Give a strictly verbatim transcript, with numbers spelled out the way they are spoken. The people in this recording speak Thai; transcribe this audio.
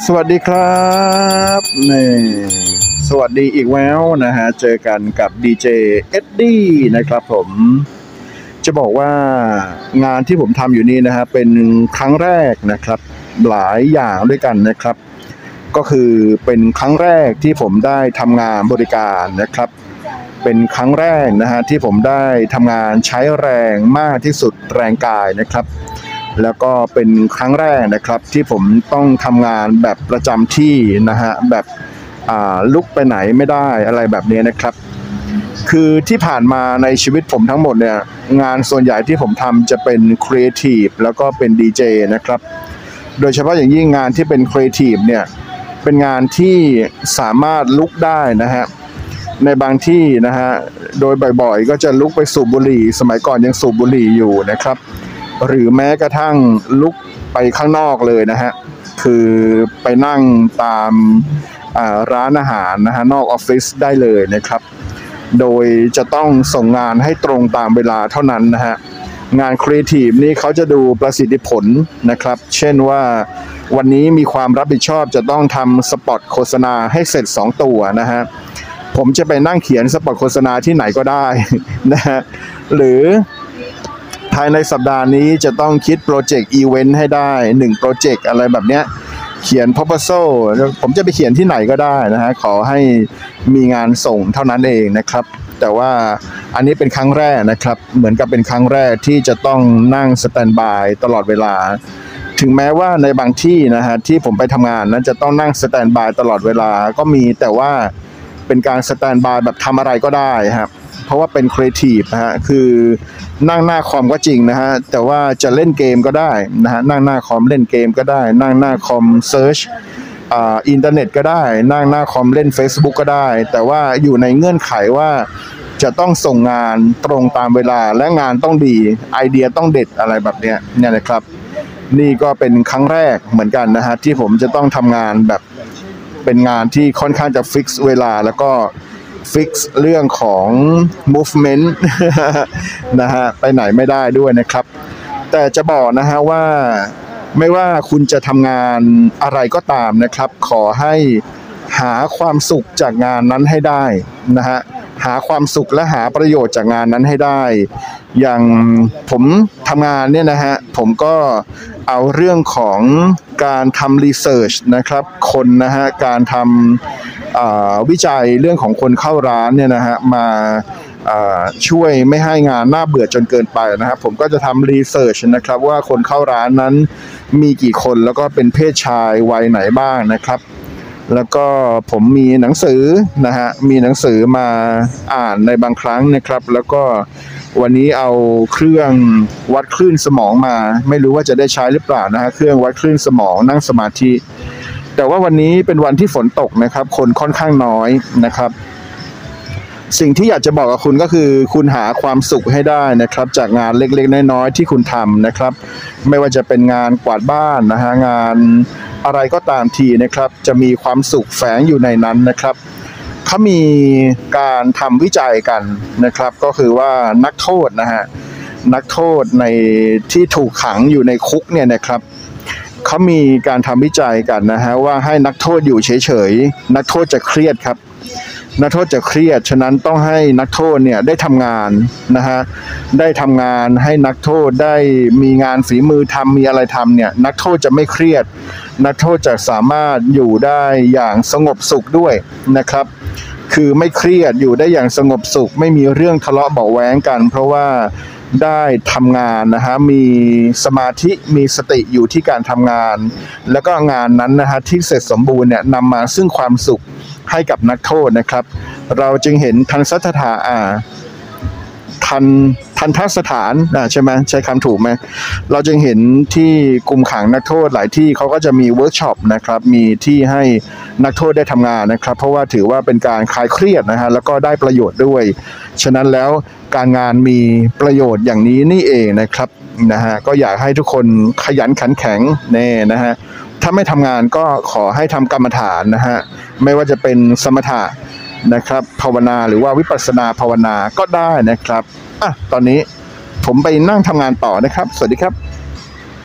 สวัสดีครับนี่สวัสดีอีกแล้วนะฮะเจอกันกับดีเจเอ็ดดี้นะครับผมจะบอกว่างานที่ผมทำอยู่นี้นะฮะเป็นครั้งแรกนะครับหลายอย่างด้วยกันนะครับก็คือเป็นครั้งแรกที่ผมได้ทำงานบริการนะครับเป็นครั้งแรกนะฮะที่ผมได้ทำงานใช้แรงมากที่สุดแรงกายนะครับแล้วก็เป็นครั้งแรกนะครับที่ผมต้องทำงานแบบประจำที่นะฮะแบบลุกไปไหนไม่ได้อะไรแบบนี้นะครับคือที่ผ่านมาในชีวิตผมทั้งหมดเนี่ยงานส่วนใหญ่ที่ผมทำจะเป็นครีเอทีฟแล้วก็เป็นดีเจนะครับโดยเฉพาะอย่างยิ่งงานที่เป็นครีเอทีฟเนี่ยเป็นงานที่สามารถลุกได้นะฮะในบางที่นะฮะโดยบ่อยๆก็จะลุกไปสูบบุหรี่สมัยก่อนยังสูบบุหรี่อยู่นะครับหรือแม้กระทั่งลุกไปข้างนอกเลยนะฮะคือไปนั่งตามร้านอาหารนะฮะนอกออฟฟิศได้เลยนะครับโดยจะต้องส่งงานให้ตรงตามเวลาเท่านั้นนะฮะงานครีเอทีฟนี่เขาจะดูประสิทธิผลนะครับเช่นว่าวันนี้มีความรับผิดชอบจะต้องทำสปอตโฆษณาให้เสร็จสองตัวนะฮะผมจะไปนั่งเขียนสปอตโฆษณาที่ไหนก็ได้นะฮะหรือภายในสัปดาห์นี้จะต้องคิดโปรเจกต์อีเวนต์ให้ได้หนึ่งโปรเจกต์อะไรแบบเนี้ยเขียน proposal ผมจะไปเขียนที่ไหนก็ได้นะฮะขอให้มีงานส่งเท่านั้นเองนะครับแต่ว่าอันนี้เป็นครั้งแรกนะครับเหมือนกับเป็นครั้งแรกที่จะต้องนั่งสแตนด์บายตลอดเวลาถึงแม้ว่าในบางที่นะฮะที่ผมไปทำงานนั้นจะต้องนั่งสแตนด์บายตลอดเวลาก็มีแต่ว่าเป็นการสแตนด์บายแบบทำอะไรก็ได้ครับเพราะว่าเป็นครีเอทีฟนะฮะคือนั่งหน้าคอมก็จริงนะฮะแต่ว่าจะเล่นเกมก็ได้นะฮะนั่งหน้าคอมเล่นเกมก็ได้นั่งหน้าคอมเซิร์ชอ่าอินเทอร์เน็ตก็ได้นั่งหน้าคอมเล่น Facebook ก็ได้แต่ว่าอยู่ในเงื่อนไขว่าจะต้องส่งงานตรงตามเวลาและงานต้องดีไอเดียต้องเด็ดอะไรแบบเนี้ยเนี่ยนะครับนี่ก็เป็นครั้งแรกเหมือนกันนะฮะที่ผมจะต้องทำงานแบบเป็นงานที่ค่อนข้างจะฟิกซ์เวลาแล้วก็ฟิกซ์เรื่องของ movement นะฮะไปไหนไม่ได้ด้วยนะครับแต่จะบอกนะฮะว่าไม่ว่าคุณจะทำงานอะไรก็ตามนะครับขอให้หาความสุขจากงานนั้นให้ได้นะฮะหาความสุขและหาประโยชน์จากงานนั้นให้ได้อย่างผมทำงานเนี่ยนะฮะผมก็เอาเรื่องของการทำรีเสิร์ชนะครับคนนะฮะการทำวิจัยเรื่องของคนเข้าร้านเนี่ยนะฮะมาช่วยไม่ให้งานน่าเบื่อจนเกินไปนะครับผมก็จะทำรีเสิร์ชนะครับว่าคนเข้าร้านนั้นมีกี่คนแล้วก็เป็นเพศชายวัยไหนบ้างนะครับแล้วก็ผมมีหนังสือนะฮะมีหนังสือมาอ่านในบางครั้งนะครับแล้วก็วันนี้เอาเครื่องวัดคลื่นสมองมาไม่รู้ว่าจะได้ใช้หรือเปล่านะฮะเครื่องวัดคลื่นสมองนั่งสมาธิแต่ว่าวันนี้เป็นวันที่ฝนตกนะครับคนค่อนข้างน้อยนะครับสิ่งที่อยากจะบอกกับคุณก็คือคุณหาความสุขให้ได้นะครับจากงานเล็กๆน้อยๆที่คุณทำนะครับไม่ว่าจะเป็นงานกวาดบ้านนะฮะงานอะไรก็ตามทีนะครับจะมีความสุขแฝงอยู่ในนั้นนะครับเขามีการทำวิจัยกันนะครับก็คือว่านักโทษนะฮะนักโทษในที่ถูกขังอยู่ในคุกเนี่ยนะครับเขามีการทำวิจัยกันนะฮะว่าให้นักโทษอยู่เฉยๆนักโทษจะเครียดครับนักโทษจะเครียดฉะนั้นต้องให้นักโทษเนี่ยได้ทำงานนะฮะได้ทำงานให้นักโทษได้มีงานฝีมือทำมีอะไรทำเนี่ยนักโทษจะไม่เครียดนักโทษจะสามารถอยู่ได้อย่างสงบสุขด้วยนะครับคือไม่เครียดอยู่ได้อย่างสงบสุขไม่มีเรื่องทะเลาะเบาะแว้งกันเพราะว่าได้ทำงานนะฮะมีสมาธิมีสติอยู่ที่การทำงานแล้วก็งานนั้นนะฮะที่เสร็จสมบูรณ์เนี่ยนำมาซึ่งความสุขให้กับนักโทษนะครับเราจึงเห็นทันสถานอ่าทันทันทสถานอ่าใช่ไหมใช้คำถูกไหมเราจึงเห็นที่คุมขังนักโทษหลายที่เขาก็จะมีเวิร์กช็อปนะครับมีที่ให้นักโทษได้ทำงานนะครับเพราะว่าถือว่าเป็นการคลายเครียดนะฮะแล้วก็ได้ประโยชน์ด้วยฉะนั้นแล้วการงานมีประโยชน์อย่างนี้นี่เองนะครับนะฮะก็อยากให้ทุกคนขยันขันแข็งแน่นะฮะถ้าไม่ทำงานก็ขอให้ทำกรรมฐานนะฮะไม่ว่าจะเป็นสมถะนะครับภาวนาหรือว่าวิปัสสนาภาวนาก็ได้นะครับอ่ะตอนนี้ผมไปนั่งทำงานต่อนะครับสวัสดีครับ